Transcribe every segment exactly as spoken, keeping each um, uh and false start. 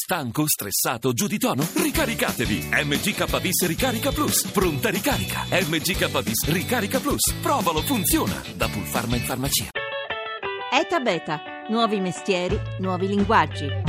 Stanco, stressato, giù di tono? Ricaricatevi! M G K Bis Ricarica Plus. Pronta ricarica. M G K Bis Ricarica Plus. Provalo, funziona. Da Pulpharma in farmacia. ETA Beta. Nuovi mestieri, nuovi linguaggi.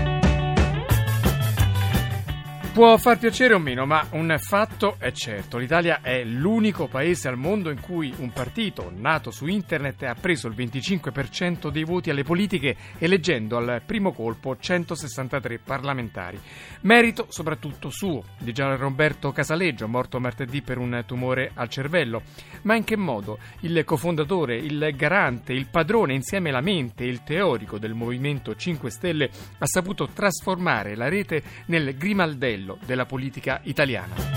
Può far piacere o meno, ma un fatto è certo. L'Italia è l'unico paese al mondo in cui un partito nato su internet ha preso il venticinque per cento dei voti alle politiche, eleggendo al primo colpo centosessantatré parlamentari. Merito soprattutto suo, di Gianroberto Casaleggio, morto martedì per un tumore al cervello. Ma in che modo il cofondatore, il garante, il padrone, insieme la mente e il teorico del Movimento cinque Stelle ha saputo trasformare la rete nel grimaldello della politica italiana?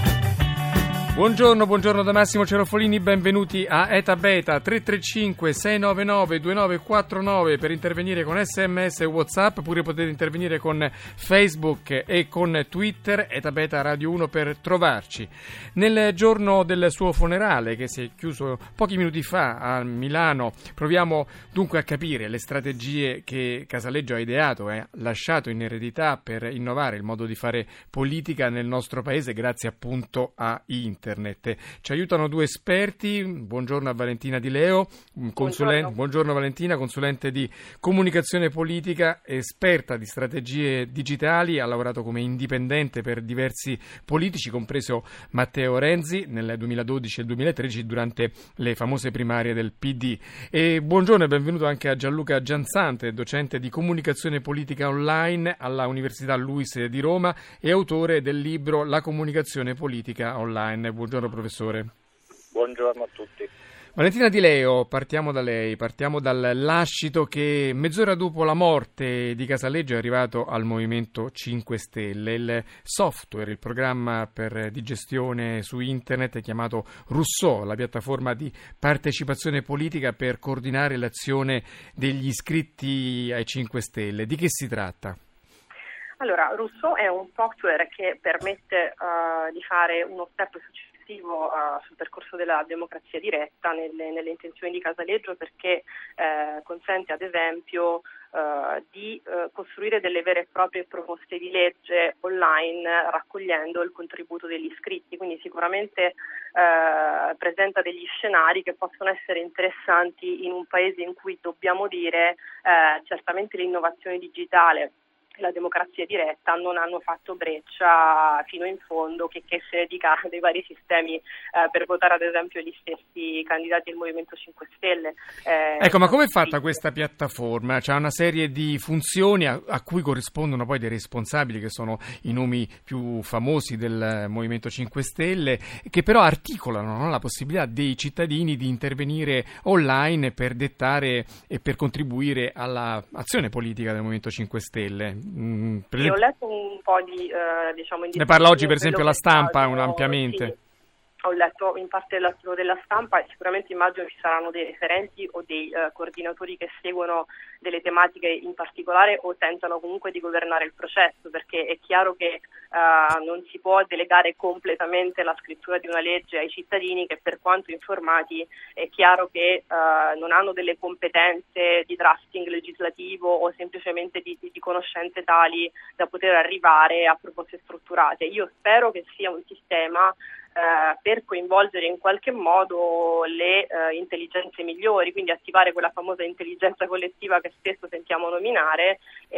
Buongiorno, buongiorno da Massimo Cerofolini, benvenuti a ETA Beta. Tre tre cinque sei nove nove due nove quattro nove per intervenire con sms e WhatsApp, oppure potete intervenire con Facebook e con Twitter, ETA Beta Radio uno per trovarci. Nel giorno del suo funerale, che si è chiuso pochi minuti fa a Milano, proviamo dunque a capire le strategie che Casaleggio ha ideato e ha lasciato in eredità per innovare il modo di fare politica nel nostro paese, grazie appunto a internet. Internet. Ci aiutano due esperti. Buongiorno a Valentina Di Leo, consulente, buongiorno. buongiorno Valentina, consulente di comunicazione politica, esperta di strategie digitali, ha lavorato come indipendente per diversi politici, compreso Matteo Renzi nel duemiladodici e duemilatredici durante le famose primarie del P D. E buongiorno e benvenuto anche a Gianluca Gianzante, docente di comunicazione politica online alla Università Luis di Roma e autore del libro La comunicazione politica online. Buongiorno professore. Buongiorno a tutti. Valentina Di Leo, partiamo da lei, partiamo dal lascito che mezz'ora dopo la morte di Casaleggio è arrivato al Movimento cinque Stelle. Il software, il programma per di gestione su internet chiamato Rousseau, la piattaforma di partecipazione politica per coordinare l'azione degli iscritti ai cinque Stelle. Di che si tratta? Allora, Rousseau è un software che permette uh, di fare uno step successivo uh, sul percorso della democrazia diretta nelle, nelle intenzioni di Casaleggio, perché uh, consente ad esempio uh, di uh, costruire delle vere e proprie proposte di legge online raccogliendo il contributo degli iscritti, quindi sicuramente uh, presenta degli scenari che possono essere interessanti in un paese in cui dobbiamo dire uh, certamente l'innovazione digitale, la democrazia diretta non hanno fatto breccia fino in fondo, che, che se ne dica dei vari sistemi eh, per votare ad esempio gli stessi candidati del Movimento cinque Stelle. Eh, ecco, ma come è fatta questa piattaforma? C'è una serie di funzioni a, a cui corrispondono poi dei responsabili che sono i nomi più famosi del Movimento cinque Stelle, che però articolano, no, la possibilità dei cittadini di intervenire online per dettare e per contribuire all'azione politica del Movimento cinque Stelle. Mm, sì, ho letto un po' di eh, diciamo ne parla oggi per esempio la Stampa un, ampiamente. Sì. Ho letto in parte l'articolo della Stampa e sicuramente immagino ci saranno dei referenti o dei uh, coordinatori che seguono delle tematiche in particolare o tentano comunque di governare il processo, perché è chiaro che uh, non si può delegare completamente la scrittura di una legge ai cittadini che, per quanto informati, è chiaro che uh, non hanno delle competenze di drafting legislativo o semplicemente di, di conoscenze tali da poter arrivare a proposte strutturate. Io spero che sia un sistema Uh, per coinvolgere in qualche modo le uh, intelligenze migliori, quindi attivare quella famosa intelligenza collettiva che spesso sentiamo nominare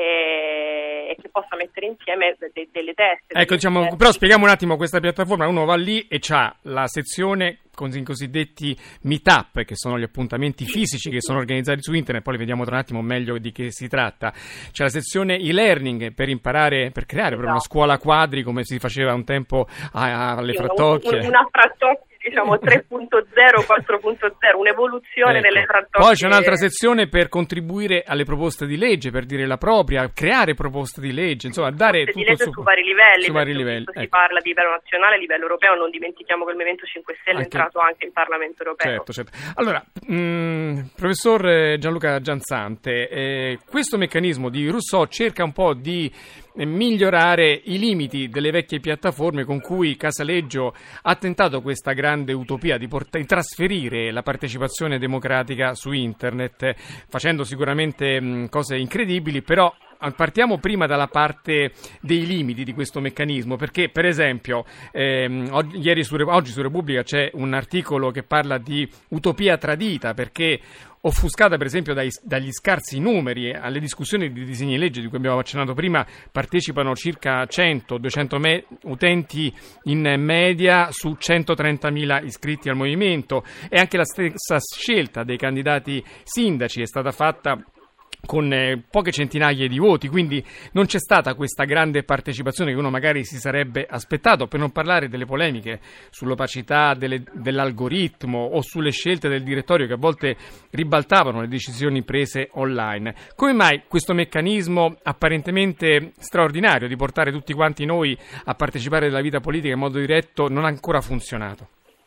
e, e che possa mettere insieme de- delle teste. Ecco, diciamo, teste. Però spieghiamo un attimo questa piattaforma. Uno va lì e c'ha la sezione con i cosiddetti meetup, che sono gli appuntamenti fisici che sono organizzati su internet, poi li vediamo tra un attimo meglio di che si tratta. C'è la sezione e-learning per imparare, per creare proprio una scuola quadri come si faceva un tempo alle frattocchie. Una frattocchia diciamo tre punto zero, quattro punto zero, un'evoluzione ecco. delle frattocchie. Poi c'è un'altra sezione per contribuire alle proposte di legge, per dire la propria, creare proposte di legge, insomma dare proposte tutto di legge su, su vari livelli, su vari livelli. Si ecco. parla di livello nazionale, a livello europeo, non dimentichiamo che il Movimento cinque Stelle anche... è entrato anche in Parlamento europeo. Certo, certo. Allora, mh, professor Gianluca Gianzante, eh, questo meccanismo di Rousseau cerca un po' di migliorare i limiti delle vecchie piattaforme con cui Casaleggio ha tentato questa grande utopia di, port- di trasferire la partecipazione democratica su internet, facendo sicuramente mh, cose incredibili, però partiamo prima dalla parte dei limiti di questo meccanismo, perché per esempio ehm, oggi, ieri su, oggi su Repubblica c'è un articolo che parla di utopia tradita, perché offuscata per esempio dai, dagli scarsi numeri. Alle discussioni di disegni di legge di cui abbiamo accennato prima partecipano circa cento duecento me- utenti in media su centotrentamila iscritti al movimento, e anche la stessa scelta dei candidati sindaci è stata fatta con eh, poche centinaia di voti, quindi non c'è stata questa grande partecipazione che uno magari si sarebbe aspettato, per non parlare delle polemiche sull'opacità delle, dell'algoritmo o sulle scelte del direttorio che a volte ribaltavano le decisioni prese online. Come mai questo meccanismo apparentemente straordinario di portare tutti quanti noi a partecipare alla vita politica in modo diretto non ha ancora funzionato?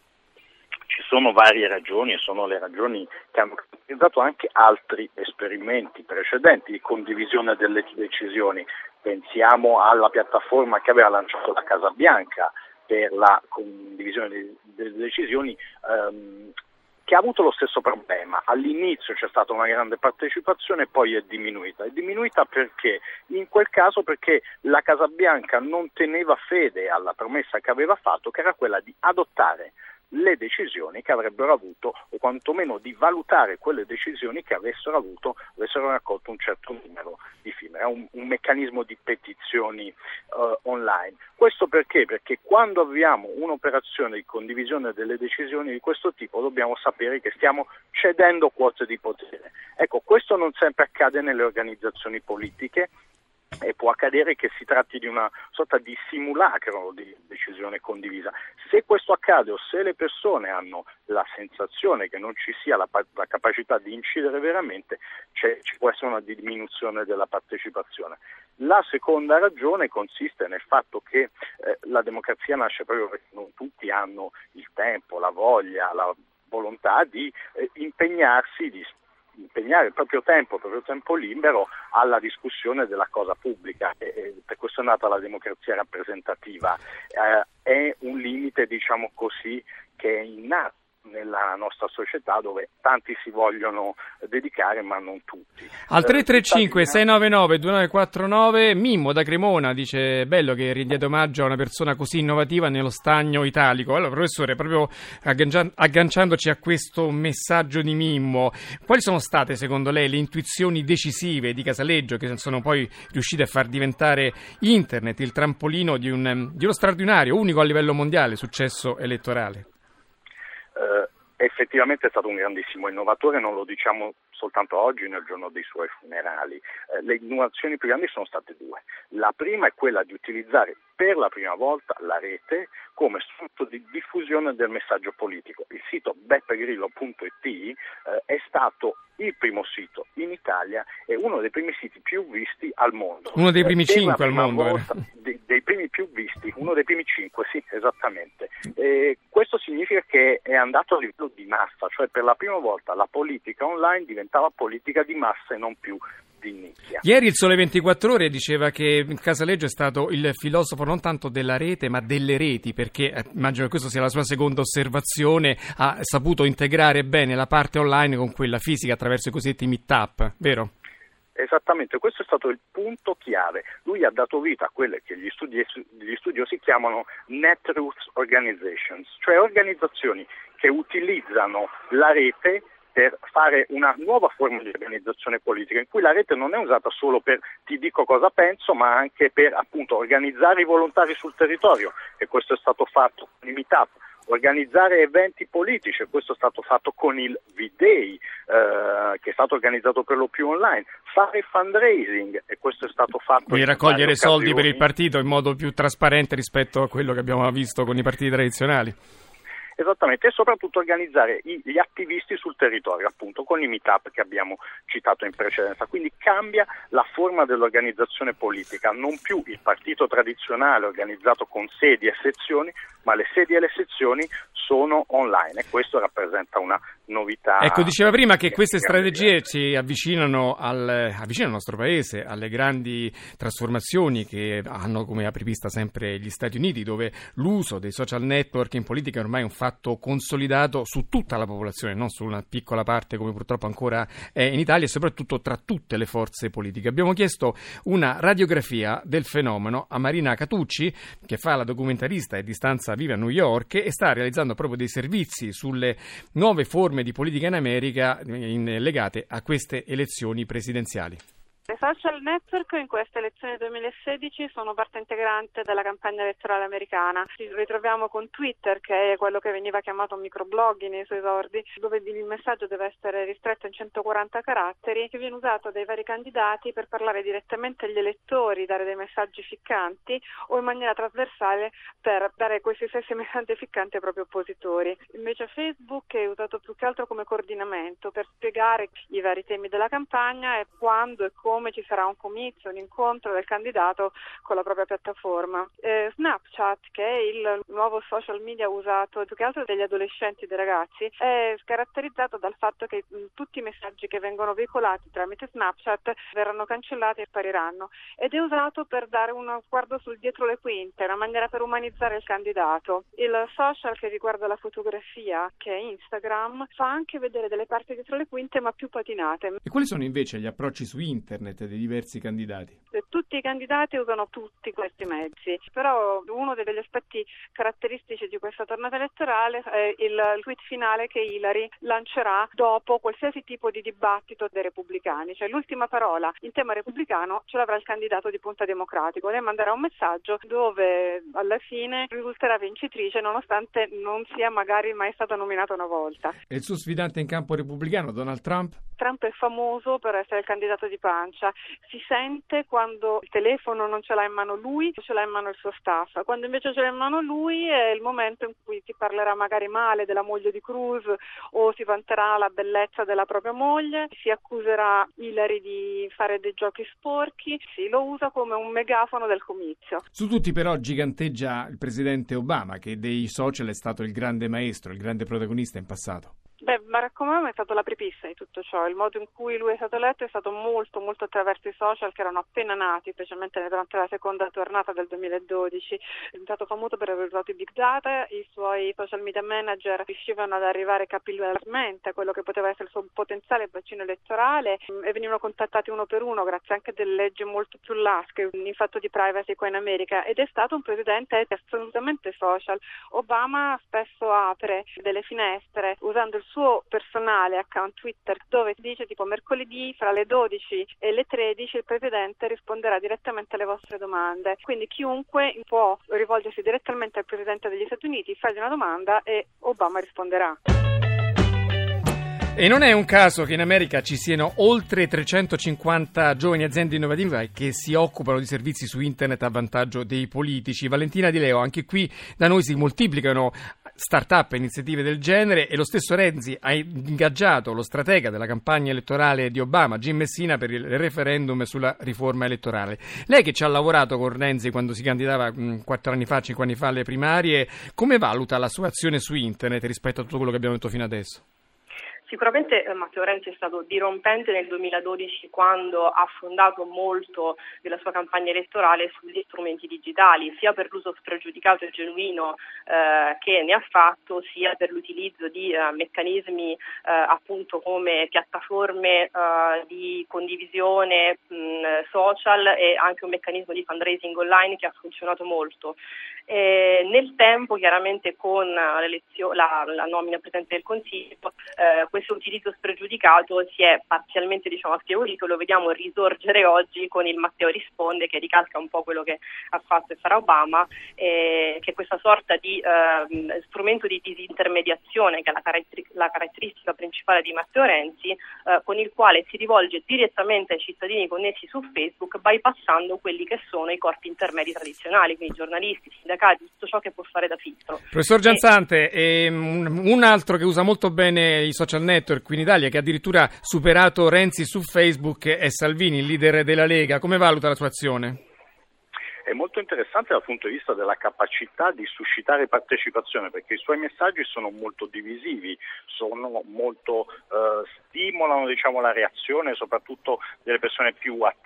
Sono varie ragioni e sono le ragioni che hanno caratterizzato anche altri esperimenti precedenti di condivisione delle decisioni. Pensiamo alla piattaforma che aveva lanciato la Casa Bianca per la condivisione delle decisioni, ehm, che ha avuto lo stesso problema. All'inizio c'è stata una grande partecipazione e poi è diminuita. È diminuita perché? In quel caso perché la Casa Bianca non teneva fede alla promessa che aveva fatto, che era quella di adottare le decisioni che avrebbero avuto, o quantomeno di valutare quelle decisioni che avessero avuto, avessero raccolto un certo numero di firme. È un, un meccanismo di petizioni uh, online. Questo perché? Perché quando avviamo un'operazione di condivisione delle decisioni di questo tipo dobbiamo sapere che stiamo cedendo quote di potere. Ecco, questo non sempre accade nelle organizzazioni politiche, e può accadere che si tratti di una sorta di simulacro di decisione condivisa. Se questo accade, o se le persone hanno la sensazione che non ci sia la, la capacità di incidere veramente, c'è, ci può essere una diminuzione della partecipazione. La seconda ragione consiste nel fatto che eh, la democrazia nasce proprio perché non tutti hanno il tempo, la voglia, la volontà di eh, impegnarsi, di impegnare il proprio tempo, il proprio tempo libero alla discussione della cosa pubblica, e, e per questo è nata la democrazia rappresentativa. Eh, è un limite, diciamo così, che è innato nella nostra società, dove tanti si vogliono dedicare ma non tutti. Al tre tre cinque sei nove nove due nove quattro nove Mimmo da Cremona dice: bello che rendiate omaggio a una persona così innovativa nello stagno italico. Allora professore, proprio agganciandoci a questo messaggio di Mimmo, quali sono state secondo lei le intuizioni decisive di Casaleggio che sono poi riuscite a far diventare internet il trampolino di, un, di uno straordinario, unico a livello mondiale successo elettorale? Uh, effettivamente è stato un grandissimo innovatore, non lo diciamo soltanto oggi nel giorno dei suoi funerali. Uh, le innovazioni più grandi sono state due. La prima è quella di utilizzare per la prima volta la rete come strumento di diffusione del messaggio politico. Il sito beppe grillo punto it uh, è stato il primo sito in Italia e uno dei primi siti più visti al mondo. Uno dei primi eh, cinque al mondo. Volta, dei, dei primi più visti, uno dei primi cinque, sì, esattamente. E questo significa che è andato a livello di massa, cioè per la prima volta la politica online diventava politica di massa e non più di nicchia. Ieri il Sole ventiquattro Ore diceva che Casaleggio è stato il filosofo non tanto della rete ma delle reti, perché eh, immagino che questa sia la sua seconda osservazione, ha saputo integrare bene la parte online con quella fisica attraverso i cosiddetti meet-up, vero? Esattamente, questo è stato il punto chiave. Lui ha dato vita a quelle che gli, studi- gli studiosi chiamano Netroots Organizations, cioè organizzazioni che utilizzano la rete per fare una nuova forma di organizzazione politica, in cui la rete non è usata solo per ti dico cosa penso, ma anche per appunto organizzare i volontari sul territorio, e questo è stato fatto con i meetup. Organizzare eventi politici, e questo è stato fatto con il V-Day, eh, che è stato organizzato per lo più online. Fare fundraising, e questo è stato fatto... Quindi raccogliere soldi per il partito in modo più trasparente rispetto a quello che abbiamo visto con i partiti tradizionali. Esattamente, e soprattutto organizzare gli attivisti sul territorio, appunto, con i meetup che abbiamo citato in precedenza. Quindi cambia la forma dell'organizzazione politica, non più il partito tradizionale organizzato con sedi e sezioni, ma le sedi e le sezioni sono online, e questo rappresenta una novità. Ecco, diceva prima che queste strategie ci avvicinano al, avvicinano il nostro paese alle grandi trasformazioni che hanno come apripista sempre gli Stati Uniti, dove l'uso dei social network in politica è ormai un fatto fatto consolidato su tutta la popolazione, non su una piccola parte come purtroppo ancora è in Italia, e soprattutto tra tutte le forze politiche. Abbiamo chiesto una radiografia del fenomeno a Marina Catucci, che fa la documentarista e di stanza vive a New York e sta realizzando proprio dei servizi sulle nuove forme di politica in America in, legate a queste elezioni presidenziali. Le social network in queste elezioni duemilasedici sono parte integrante della campagna elettorale americana. Ci ritroviamo con Twitter, che è quello che veniva chiamato microblogging nei suoi esordi, dove il messaggio deve essere ristretto in centoquaranta caratteri, che viene usato dai vari candidati per parlare direttamente agli elettori, dare dei messaggi ficcanti o in maniera trasversale per dare questi stessi messaggi ficcanti ai propri oppositori. Invece Facebook è usato più che altro come coordinamento per spiegare i vari temi della campagna e quando e come come ci sarà un comizio, un incontro del candidato con la propria piattaforma. Eh, Snapchat, che è il nuovo social media usato più che altro dagli adolescenti e dai ragazzi, è caratterizzato dal fatto che mh, tutti i messaggi che vengono veicolati tramite Snapchat verranno cancellati e spariranno, ed è usato per dare uno sguardo sul dietro le quinte, una maniera per umanizzare il candidato. Il social che riguarda la fotografia, che è Instagram, fa anche vedere delle parti dietro le quinte ma più patinate. E quali sono invece gli approcci su internet dei diversi candidati? Tutti i candidati usano tutti questi mezzi, però uno degli aspetti caratteristici di questa tornata elettorale è il tweet finale che Hillary lancerà dopo qualsiasi tipo di dibattito dei repubblicani, cioè l'ultima parola in tema repubblicano ce l'avrà il candidato di Punta Democratico. Lei manderà un messaggio dove alla fine risulterà vincitrice nonostante non sia magari mai stata nominata una volta. E il suo sfidante in campo repubblicano, Donald Trump? Trump è famoso per essere il candidato di pancia. Si sente quando il telefono non ce l'ha in mano lui, ce l'ha in mano il suo staff. Quando invece ce l'ha in mano lui è il momento in cui si parlerà magari male della moglie di Cruz o si vanterà la bellezza della propria moglie, si accuserà Hillary di fare dei giochi sporchi, si lo usa come un megafono del comizio. Su tutti però giganteggia il presidente Obama, che dei social è stato il grande maestro, il grande protagonista in passato. Beh, Barack Obama è stato l'apripista di tutto ciò. Il modo in cui lui è stato eletto è stato molto, molto attraverso i social che erano appena nati, specialmente durante la seconda tornata del duemiladodici. È stato famoso per aver usato i big data, i suoi social media manager riuscivano ad arrivare capillarmente a quello che poteva essere il suo potenziale bacino elettorale e venivano contattati uno per uno grazie anche a delle leggi molto più lasche in fatto di privacy qua in America, ed è stato un presidente assolutamente social. Obama spesso apre delle finestre usando il suo personale account Twitter dove dice tipo mercoledì fra le dodici e le tredici il presidente risponderà direttamente alle vostre domande, quindi chiunque può rivolgersi direttamente al presidente degli Stati Uniti, fargli una domanda e Obama risponderà. E non è un caso che in America ci siano oltre trecentocinquanta giovani aziende innovative che si occupano di servizi su internet a vantaggio dei politici. Valentina Di Leo, anche qui da noi si moltiplicano start-up e iniziative del genere, e lo stesso Renzi ha ingaggiato lo stratega della campagna elettorale di Obama, Jim Messina, per il referendum sulla riforma elettorale. Lei che ci ha lavorato con Renzi quando si candidava quattro anni fa, cinque anni fa alle primarie, come valuta la sua azione su internet rispetto a tutto quello che abbiamo detto fino adesso? Sicuramente eh, Matteo Renzi è stato dirompente nel duemiladodici quando ha fondato molto della sua campagna elettorale sugli strumenti digitali, sia per l'uso spregiudicato e genuino eh, che ne ha fatto, sia per l'utilizzo di eh, meccanismi eh, appunto come piattaforme eh, di condivisione mh, social e anche un meccanismo di fundraising online che ha funzionato molto. Eh, nel tempo, chiaramente con l'elezio- la, la nomina Presidente del Consiglio, eh, questo utilizzo spregiudicato si è parzialmente diciamo affievolito, lo vediamo risorgere oggi con il Matteo risponde, che ricalca un po' quello che ha fatto e farà Obama, eh, che è questa sorta di eh, strumento di disintermediazione che è la, caratteri- la caratteristica principale di Matteo Renzi, eh, con il quale si rivolge direttamente ai cittadini connessi su Facebook, bypassando quelli che sono i corpi intermedi tradizionali, quindi giornalisti, sindacati, tutto ciò che può fare da filtro. Professor Gianzante, e... un altro che usa molto bene i social network qui in Italia, che ha addirittura superato Renzi su Facebook, è Salvini, il leader della Lega. Come valuta la sua azione? È molto interessante dal punto di vista della capacità di suscitare partecipazione, perché i suoi messaggi sono molto divisivi, sono molto eh, stimolano diciamo la reazione soprattutto delle persone più attive.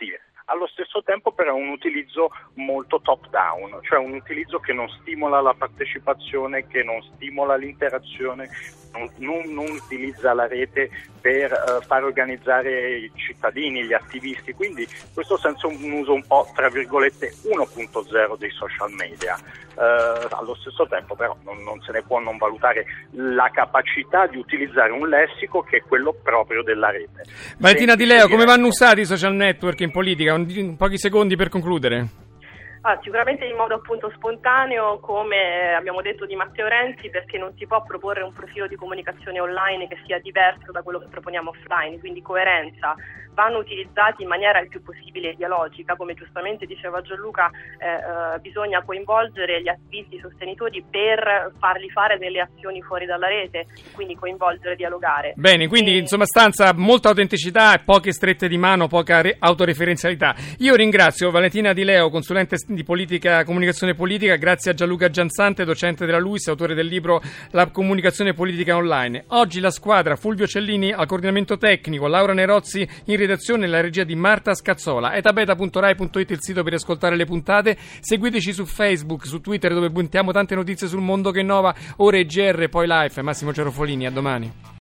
allo stesso tempo però un utilizzo molto top down, cioè un utilizzo che non stimola la partecipazione, che non stimola l'interazione, non, non, non utilizza la rete per uh, far organizzare i cittadini, gli attivisti, quindi in questo senso un uso un po' tra virgolette uno punto zero dei social media. Uh, allo stesso tempo però non, non se ne può non valutare la capacità di utilizzare un lessico che è quello proprio della rete. Valentina Di Leo, come vanno usati i social network in politica? Un, un pochi secondi per concludere. Ah, sicuramente in modo appunto spontaneo, come abbiamo detto di Matteo Renzi, perché non si può proporre un profilo di comunicazione online che sia diverso da quello che proponiamo offline, quindi coerenza. Vanno utilizzati in maniera il più possibile dialogica, come giustamente diceva Gianluca, eh, eh, bisogna coinvolgere gli attivisti, i sostenitori per farli fare delle azioni fuori dalla rete, quindi coinvolgere, dialogare. Bene, quindi e... insomma stanza molta autenticità e poche strette di mano, poca re- autoreferenzialità. Io ringrazio Valentina Di Leo, consulente di politica, comunicazione politica, grazie a Gianluca Giansante, docente della LUISS, autore del libro La comunicazione politica online. Oggi la squadra: Fulvio Cellini al coordinamento tecnico, Laura Nerozzi in redazione e la regia di Marta Scazzola. etabeta punto rai punto it il sito per ascoltare le puntate. Seguiteci su Facebook, su Twitter, dove puntiamo tante notizie sul mondo che innova. Ore G R, poi Life. Massimo Cerofolini, a domani.